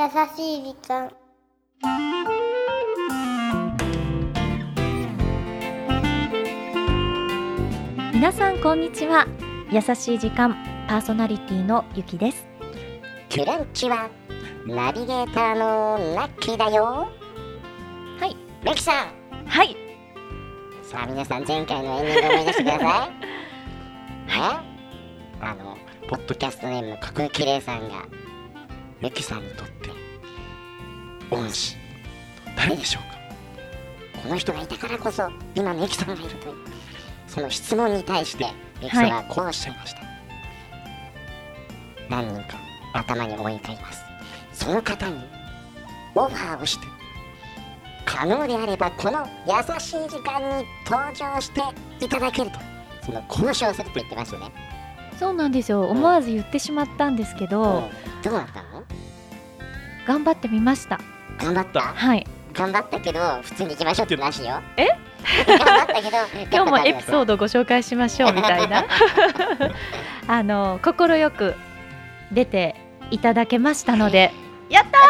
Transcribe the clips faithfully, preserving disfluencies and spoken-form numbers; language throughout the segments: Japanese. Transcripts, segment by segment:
優しい時間。 皆さんこんにちは。優しい時間パーソナリティのゆきです。 クランチはナビゲーターのラッキーだよ。 はい、 ゆきさん。 はい。 さあ皆さん、前回のエンディングを思い出してください。 はあのポッドキャストネームのかくきれいさんが、ゆきさんにとって恩師誰でしょうか。この人がいたからこそ今のゆきさんがいるという、その質問に対してゆきさんはこうおっしゃいました。はい、何人か頭に思い浮かびます。その方にオファーをして、可能であればこの優しい時間に登場していただけると、その交渉すると言ってましたね。 そうなんですよ。思わず言ってしまったんですけど、 うんうん、どうなったの？ 頑張ってみました。 頑張った？ はい。 頑張ったけど普通に行きましょうってなしよ。 え？ 頑張ったけど今日もエピソードをご紹介しましょうみたいなあの心よく出ていただけましたので、やった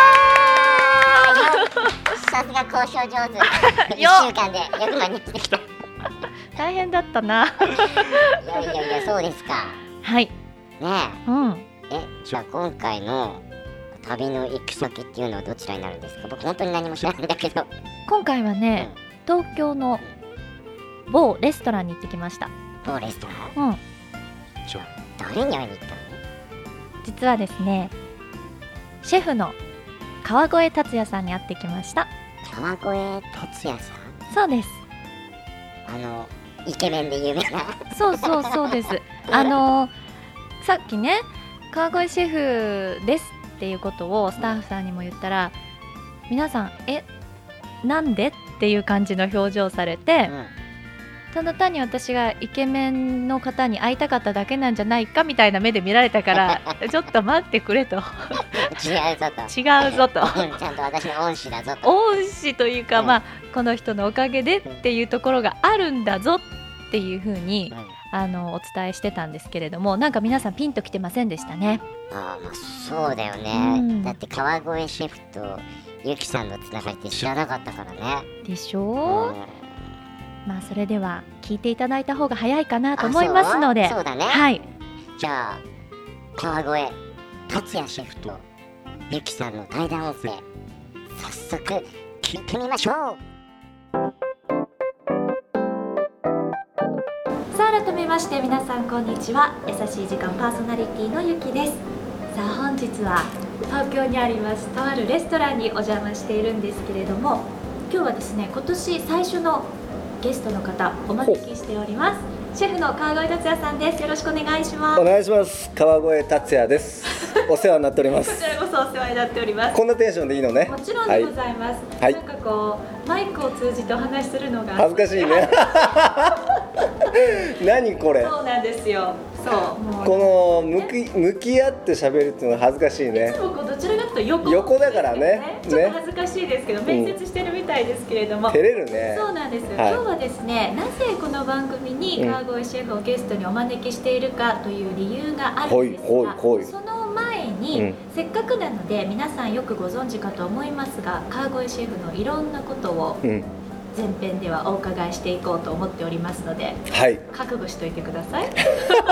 ーさすが交渉上手いっしゅうかんでよく間に来てきた大変だったないやいやいや、そうですか。 はいねえ、うん、 え、じゃあ今回の旅の行き先っていうのはどちらになるんですか。僕本当に何も知らないんだけど。 今回はね、うん、東京の某レストランに行ってきました。 某レストラン？うん。じゃあ誰に会いに行ったの？ 実はですね、シェフの川越達也さんに会ってきました。 川越達也さん？そうです。 あのイケメンで有名なそうそうそうですあのさっきね、川越シェフですっていうことをスタッフさんにも言ったら、皆さんえなんでっていう感じの表情されて、うん、ただ単に私がイケメンの方に会いたかっただけなんじゃないかみたいな目で見られたからちょっと待ってくれと違うぞと違うぞとちゃんと私の恩師だぞと、 恩師というか、うん、まあこの人のおかげでっていうところがあるんだぞっていう風に、うん、あのお伝えしてたんですけれども、なんか皆さんピンときてませんでしたね。 ああ、まあそうだよね、うん、だって川越シェフとゆきさんのつながりって知らなかったからね。 でしょう、うん、まあそれでは聞いていただいた方が早いかなと思いますので。 そう、そうだね、 はい、 じゃあ川越達也シェフとゆきさんの対談音声、早速聞いてみましょう。 さあ改めまして皆さんこんにちは。優しい時間パーソナリティのゆきです。さあ本日は東京にありますとあるレストランにお邪魔しているんですけれども、今日はですね、今年最初のゲストの方お招きしております。シェフの川越達也さんです。よろしくお願いします。 お願いします。川越達也ですお世話になっておりますこちらこそお世話になっております。 こんなテンションでいいのね。 もちろんでございます、はい、なんかこうマイクを通じてお話しするのが恥ずかしいね何これ。 そうなんですよ。そうもうこの向き、向き合って喋るっていうのは恥ずかしいね。 いつもこうどちらかというと 横, 横だからね。 ちょっと恥ずかしいですけど、ね、面接してるみたいですけれども、 うん、照れるね。 そうなんです、 はい、 今日はですね、なぜこの番組に川越シェフをゲストにお招きしているかという理由があるんですが、 ほいほいほい、 その前に、うん、せっかくなので皆さんよくご存知かと思いますが、川越シェフのいろんなことを、うん、前編ではお伺いしていこうと思っておりますので、はい、覚悟しといてくださいた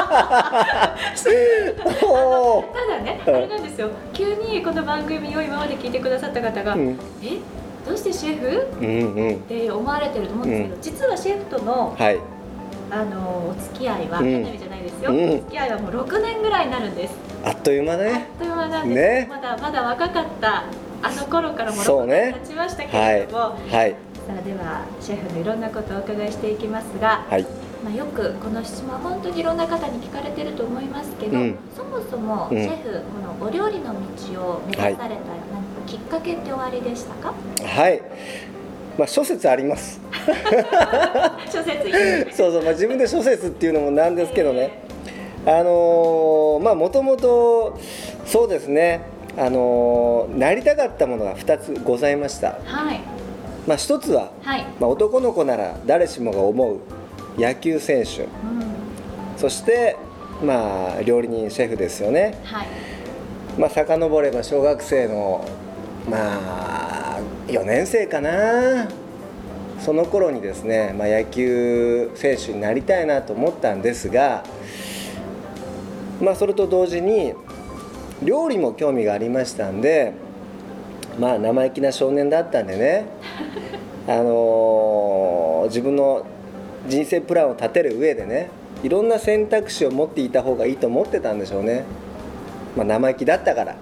だね、あれなんですよ、急にこの番組を今まで聞いてくださった方が、うん、えどうしてシェフ、うんうん、って思われてると思うんですけど、うん、実はシェフとの、はい、あのお付き合いは、うん、変な意味じゃないですよ、うん、お付き合いはもうろくねんぐらいになるんです。 あっという間ね。 あっという間なんです、ね、まだまだ若かったあの頃からもろくねん経ちましたけれども、はいはい、さあではシェフのいろんなことをお伺いしていきますが、はい、まあ、よくこの質問は本当にいろんな方に聞かれてると思いますけど、うん、そもそもシェフ、うん、このお料理の道を目指された、はい、何かきっかけっておありでしたか？ はい、まあ、諸説あります諸説いいそうそう、まあ、自分で諸説っていうのもなんですけどね、あのー、まあもともとそうですね、あのー、なりたかったものがふたつございました。はい、まあ、ひとつは、はい、まあ、男の子なら誰しもが思う野球選手、うん、そして、まあ、料理人シェフですよね。はい、 まあ遡れば小学生のまあよねん生かな、その頃にですね、まあ、野球選手になりたいなと思ったんですが、まあ、それと同時に料理も興味がありましたんで、まあ生意気な少年だったんでねあのー、自分の人生プランを立てる上でね、いろんな選択肢を持っていた方がいいと思ってたんでしょうね。まあ、生意気だったから。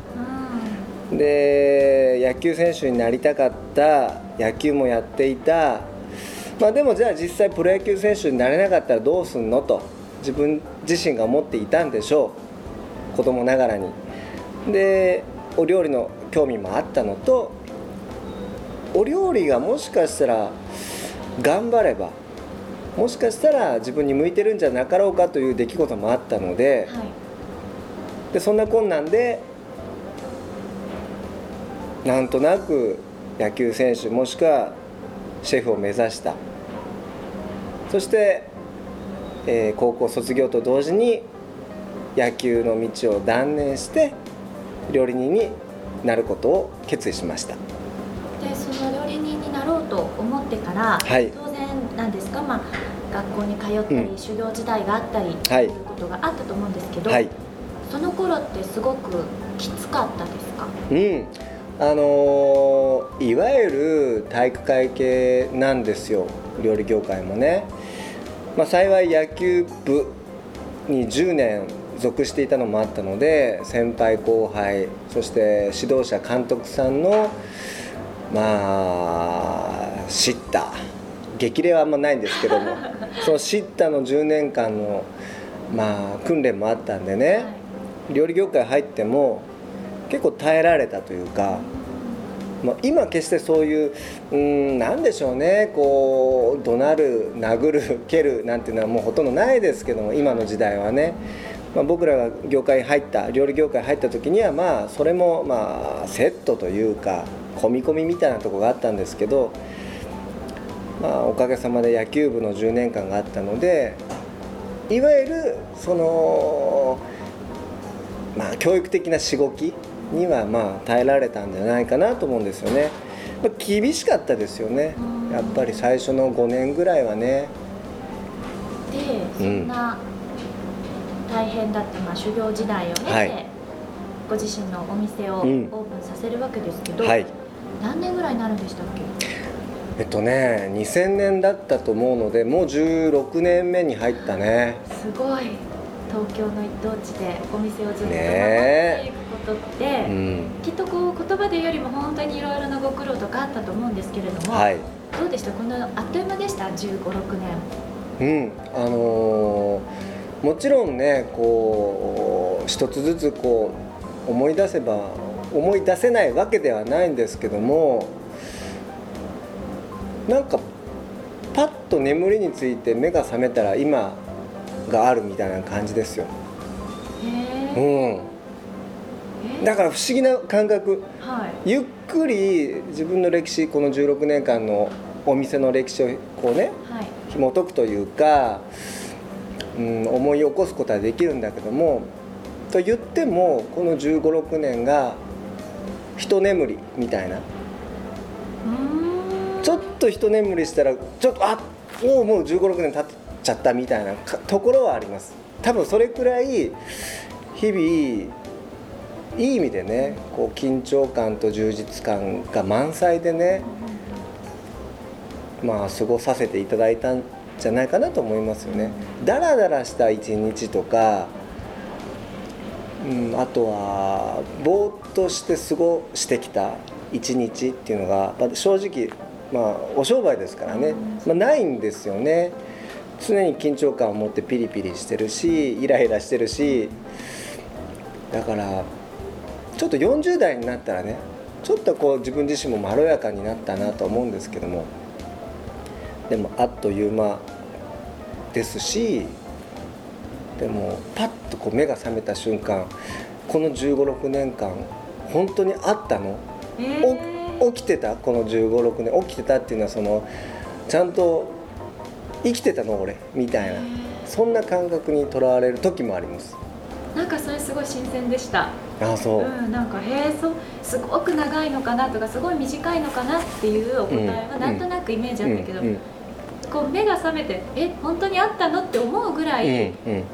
で野球選手になりたかった、野球もやっていた、まあ、でもじゃあ実際プロ野球選手になれなかったらどうすんのと自分自身が思っていたんでしょう、子供ながらに。でお料理の興味もあったのと、お料理がもしかしたら頑張ればもしかしたら自分に向いてるんじゃなかろうかという出来事もあったので、はい、でそんな困難でなんとなく野球選手もしくはシェフを目指した。そして、えー、高校卒業と同時に野球の道を断念して料理人になることを決意しました。 でその料理人になろうと思ってから、はい、当然なんですか、まあ、学校に通ったり、うん、修行時代があったり、はい、ということがあったと思うんですけど、はい、その頃ってすごくきつかったですか？ うんあのー、いわゆる体育会系なんですよ、料理業界もね。まあ、幸い野球部にじゅうねん属していたのもあったので、先輩後輩そして指導者監督さんのまあ叱咤激励はあんまないんですけどもその叱咤のじゅうねんかんのまあ訓練もあったんでね、料理業界入っても結構耐えられたというか、まあ、今決してそういううーんなんでしょうね、こう怒鳴る殴る蹴るなんていうのはもうほとんどないですけども、今の時代はね、まあ、僕らが業界入った料理業界入った時にはまあそれもまあセットというか込み込みみたいなところがあったんですけど、まあ、おかげさまで野球部のじゅうねんかんがあったので、いわゆるそのまあ教育的なしごきにはまあ耐えられたんじゃないかなと思うんですよね。まあ、厳しかったですよね、やっぱり最初のごねんぐらいはね。 でそんな大変だった、まあ、修行時代を経て、はい、ご自身のお店をオープンさせるわけですけど、うんはい、何年ぐらいになるんでしたっけ？ えっとねにせんねんだったと思うので、もうじゅうろくねんめに入ったね。 すごい。東京の一等地でお店をずっと守っていくことって、ねうん、きっとこう言葉で言うよりも本当にいろいろなご苦労とかあったと思うんですけれども、はい、どうでした？このあっという間でした？じゅうご、ろくねん。 うんあのー、もちろんねこう一つずつこう思い出せば思い出せないわけではないんですけども、なんかパッと眠りについて目が覚めたら今があるみたいな感じですよ。へうん、だから不思議な感覚、はい、ゆっくり自分の歴史、このじゅうろくねんかんのお店の歴史をこうね、はい、紐解くというか、うん、思い起こすことはできるんだけども、と言ってもこのじゅうご、ろくねんが一眠りみたいな、うーんちょっと一眠りしたらちょっとあおもうじゅうご、ろくねん経ってちゃったみたいなところはあります。多分それくらい日々いい意味でねこう緊張感と充実感が満載でね、まあ過ごさせていただいたんじゃないかなと思いますよね。だらだらした一日とか、うん、あとはぼーっとして過ごしてきた一日っていうのが正直まあお商売ですからね、まあ、ないんですよね。常に緊張感を持ってピリピリしてるしイライラしてるし、だからちょっとよんじゅう代になったらねちょっとこう自分自身もまろやかになったなと思うんですけども、でもあっという間ですし、でもパッとこう目が覚めた瞬間、このじゅうご、ろくねんかん本当にあったの、えー、起きてたこのじゅうご、ろくねん起きてたっていうのはそのちゃんと生きてたの俺みたいな、そんな感覚にとらわれる時もあります。 なんかそれすごい新鮮でした。 あ、そう、 うん、なんかへえ、そうすごく長いのかなとかすごい短いのかなっていうお答えはなんとなくイメージあったけど、 うんうん、 こう目が覚めてえ本当にあったのって思うぐらい、 うんうん、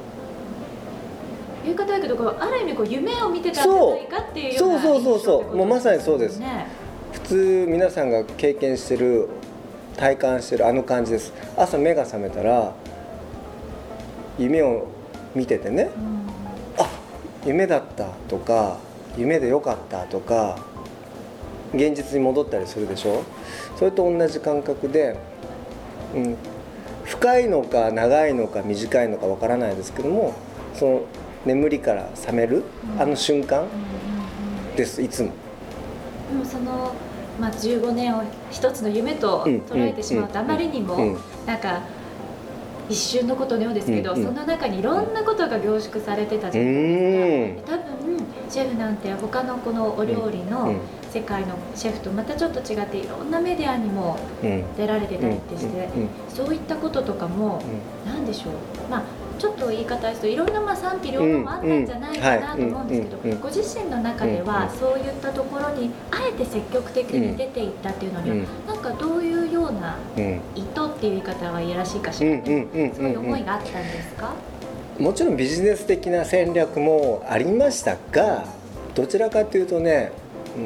言い方だけどこうある意味こう夢を見てたんじゃないかっていうような印象ってことですよね。 そうそうそうそう、もうまさにそうです。普通皆さんが経験してる体感してるあの感じです。朝目が覚めたら夢を見ててね、うん、あ、夢だったとか夢でよかったとか現実に戻ったりするでしょ。それと同じ感覚で、うん、深いのか長いのか短いのかわからないですけども、その眠りから覚める、うん、あの瞬間です、いつも。 でもその、まあ、じゅうごねんを一つの夢と捉えてしまうとあまりにもなんか一瞬のことのようですけど、うんうん、その中にいろんなことが凝縮されてたじゃないですか。多分シェフなんて他のこのお料理の世界のシェフとまたちょっと違っていろんなメディアにも出られてたりってして、そういったこととかも何でしょう、まあちょっと言い方ですといろんなまあ賛否両論もあったんじゃないかなと思うんですけど、ご自身の中ではそういったところにあえて積極的に出ていったっていうのにはなんかどういうような意図っていう言い方はいやらしいかしら、そういう思いがあったんですか？ もちろんビジネス的な戦略もありましたが、どちらかというとね、うん、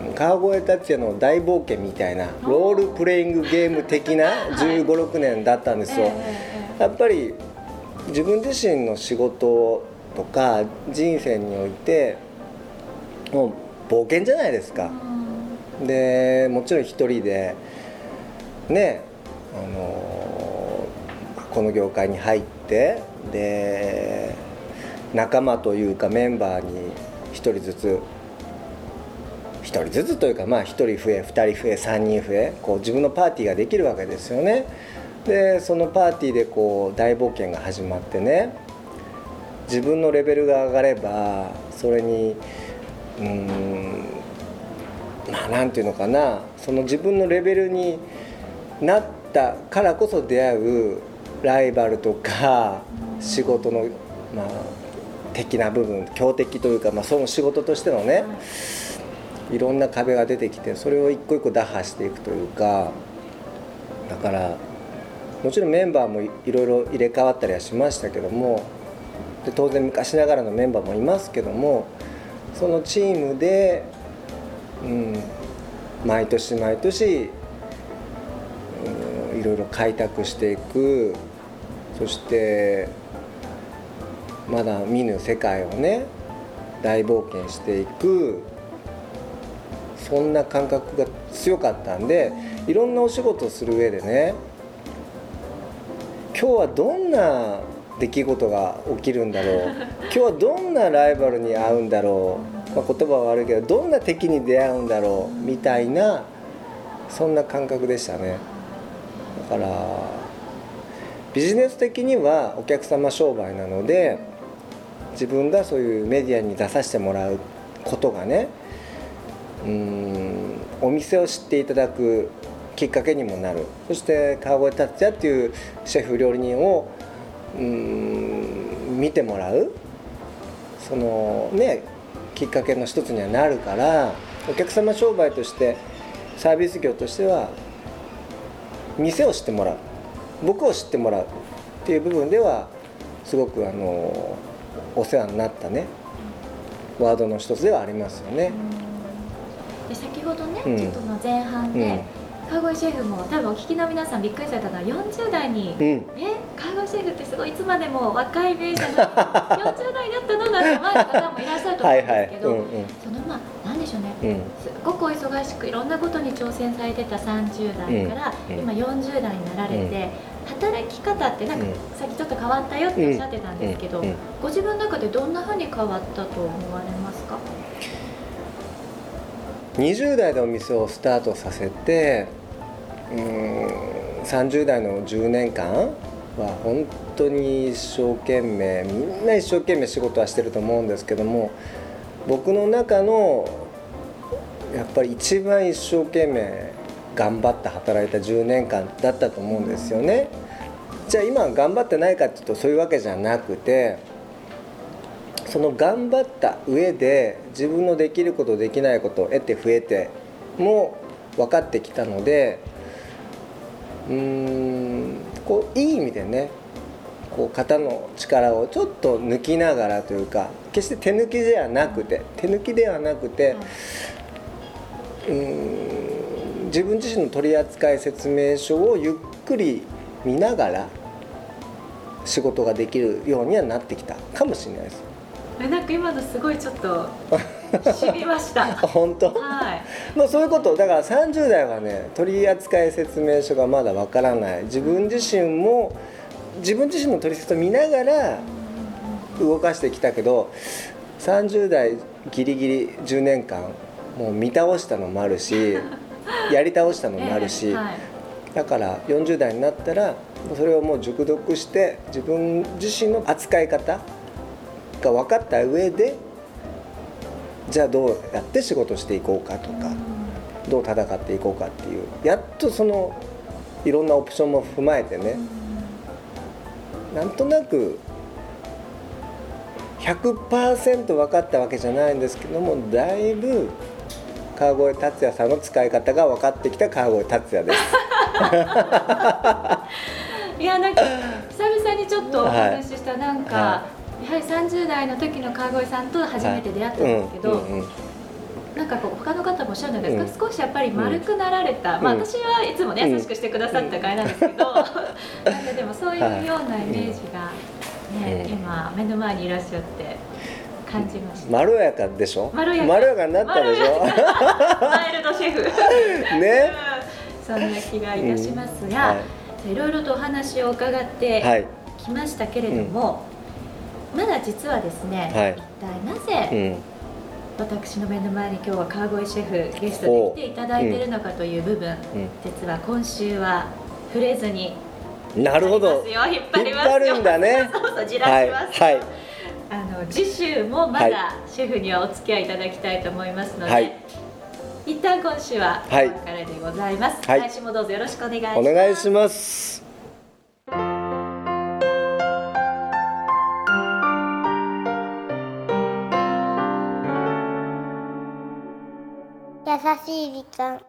川越達也の大冒険みたいなロールプレイングゲーム的なじゅうご、ろくねんだったんですよ。やっぱり自分自身の仕事とか人生においてもう冒険じゃないですか。でもちろん一人でね、あのこの業界に入ってで仲間というかメンバーに一人ずつ一人ずつというかまあ一人増え二人増え三人増えこう自分のパーティーができるわけですよね。でそのパーティーでこう大冒険が始まってね、自分のレベルが上がればそれにうーんまあなんていうのかな、その自分のレベルになったからこそ出会うライバルとか仕事のまあ的な部分、強敵というか、まあ、その仕事としてのねいろんな壁が出てきて、それを一個一個打破していくというか、だからもちろんメンバーもいろいろ入れ替わったりはしましたけども、で当然昔ながらのメンバーもいますけども、そのチームで、うん、毎年毎年、うん、いろいろ開拓していく、そしてまだ見ぬ世界をね大冒険していく、そんな感覚が強かったんで、いろんなお仕事をする上でね、今日はどんな出来事が起きるんだろう今日はどんなライバルに会うんだろう、まあ、言葉は悪いけどどんな敵に出会うんだろうみたいな、そんな感覚でしたね。だからビジネス的にはお客様商売なので、自分がそういうメディアに出させてもらうことがね、うーんお店を知っていただくきっかけにもなる。そして川越達也っていうシェフ料理人をうーん見てもらう、そのねきっかけの一つにはなるから、お客様商売としてサービス業としては店を知ってもらう、僕を知ってもらうっていう部分ではすごくあのお世話になったねワードの一つではありますよね。 で先ほどね、うん、ちょっとの前半で、うん川越シェフも多分お聞きの皆さんびっくりされたのはよんじゅう代に、うん、え川越シェフってすごいいつまでも若いイメージじゃないよんじゅう代になったのなんて思われる方もいらっしゃると思うんですけど、はいはいうんうん、そのまあなんでしょうね、うん、すごくお忙しくいろんなことに挑戦されてたさんじゅう代から、うん、今よんじゅう代になられて、うん、働き方ってなんか、うん、さっきちょっと変わったよっておっしゃってたんですけど、うんうん、ご自分の中でどんなふうに変わったと思われますか？ にじゅう代でお店をスタートさせて、うーんさんじゅう代のじゅうねんかんは本当に一生懸命、みんな一生懸命仕事はしてると思うんですけども、僕の中のやっぱり一番一生懸命頑張って働いたじゅうねんかんだったと思うんですよね。じゃあ今頑張ってないかっていうとそういうわけじゃなくて、そその頑張った上で自分のできることできないことを得て増えても分かってきたので、うーんこういい意味でね、こう肩の力をちょっと抜きながらというか、決して手抜きではなくて手抜きではなくて、うーん自分自身の取扱説明書をゆっくり見ながら仕事ができるようにはなってきたかもしれないです。 なんか今のすごいちょっとしみました本当、 はい、 まあそういうことだからさんじゅう代はね、取扱説明書がまだわからない、自分自身も自分自身の取説を見ながら動かしてきたけど、さんじゅう代ギリギリじゅうねんかんもう見倒したのもあるしやり倒したのもあるし、 えーはい、 だからよんじゅう代になったらそれをもう熟読して自分自身の扱い方が分かった上で、じゃあどうやって仕事していこうかとか、どう戦っていこうかっていう、やっとそのいろんなオプションも踏まえてね、なんとなく ひゃくパーセント 分かったわけじゃないんですけども、だいぶ川越達也さんの使い方が分かってきた川越達也ですいやなんか久々にちょっとお話しした、はい、なんか、はいやはりさんじゅう代の時の川越さんと初めて出会ったんですけど、はいうんうんうん、なんかこう他の方もおっしゃるんですか、うん、少しやっぱり丸くなられた、うんまあ、私はいつもね、うん、優しくしてくださった会なんですけど、うん、なんかでもそういうようなイメージが、ねうん、今目の前にいらっしゃって感じました。 まろやかでしょ、 まろやか、 まろやかになったでしょマイルドシェフね、うん、そんな気がいたしますが、うんはい、いろいろとお話を伺ってきましたけれども、はいうん、まだ実はですね、はい、一体なぜ、うん、私の目の前に今日は川越シェフゲストで来ていただいているのかという部分、うん、実は今週は触れずになるほど引っ張りますよ、引っ張るんだねそうそうじらします、はいはい、あの次週もまだシェフにはお付き合いいただきたいと思いますので、はい、一旦今週はお別れでございます、はい、来週もどうぞよろしくお願いします。 お願いします。 優しい時間。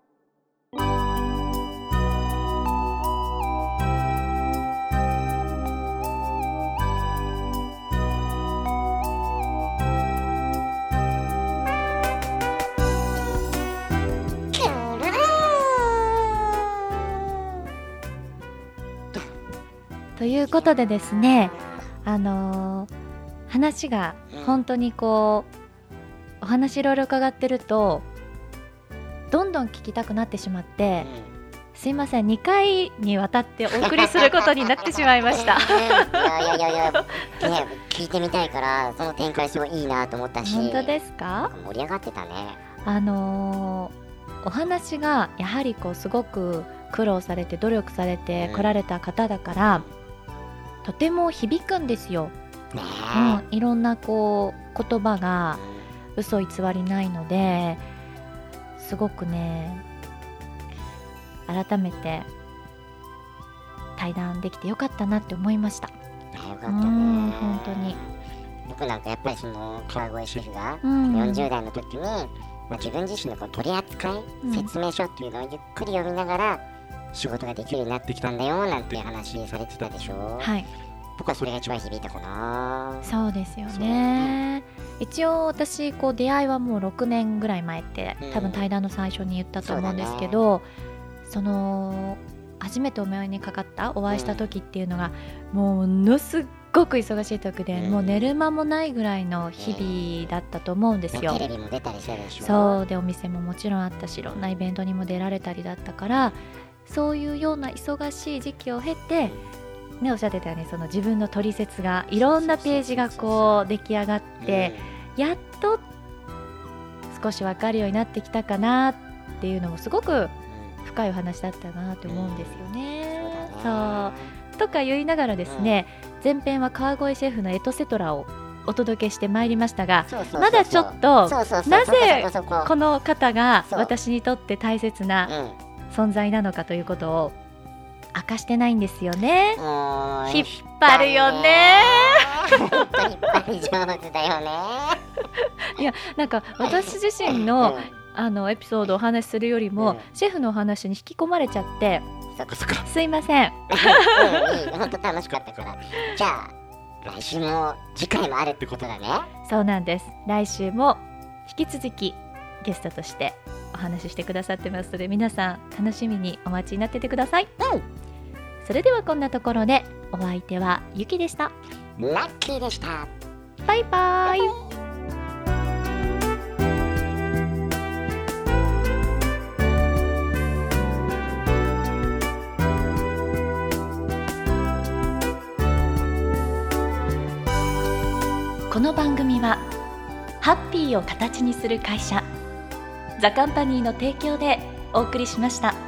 ということでですね、あのー、話が本当にこうお話いろいろ伺ってるとどんどん聞きたくなってしまって、うん、すいませんにかいにわたってお送りすることになってしまいましたいやいやいやいや、ね、聞いてみたいからその展開すごいいいなと思ったし。 本当ですか？ 盛り上がってたね。 あのー、お話がやはりこうすごく苦労されて努力されて来られた方だから、うん、とても響くんですよ、ねうん、いろんなこう言葉が嘘偽りないので、すごくね改めて対談できてよかったなって思いました。 よかったね。 本当に僕なんかやっぱりその川越シェフがよんじゅう代の時に、うんまあ、自分自身のこう取扱説明書っていうのをゆっくり読みながら仕事ができるようになってきたんだよなんて話されてたでしょ。はい。僕はそれが一番響いたかな。 そうですよね。一応私こう出会いはもうろくねんぐらい前って多分対談の最初に言ったと思うんですけど、うん、その初めてお目にかかったお会いした時っていうのが、うん、ものすごく忙しい時で、うん、もう寝る間もないぐらいの日々だったと思うんですよ、 うん、テレビも出たりしたでしょ。 そうでお店ももちろんあったし、いろんなイベントにも出られたりだったから、そういうような忙しい時期を経てね、おっしゃってたようにその自分の取説がいろんなページがこう出来上がって、うん、やっと少し分かるようになってきたかなっていうのもすごく深いお話だったなと思うんですよね、うん、そうとか言いながらですね、うん、前編は川越シェフのエトセトラをお届けしてまいりましたが、そうそうそうそうまだちょっとなぜこの方が私にとって大切な存在なのかということを明かしてないんですよね。引っ張るよね本当にいっぱい上手だよね。 いやなんか私自身のあのエピソードをお話しするよりも、うん、シェフのお話に引き込まれちゃってすいません。 うん、本当楽しかったから。じゃあ来週も次回もあるってことだね。 そうなんです。来週も引き続きゲストとしてお話ししてくださってますので、皆さん楽しみにお待ちになっててください。うん、それではこんなところでお相手はゆきでした。 ラッキーでした。 バイバイ。この番組はハッピーを形にする会社ザカンパニーの提供でお送りしました。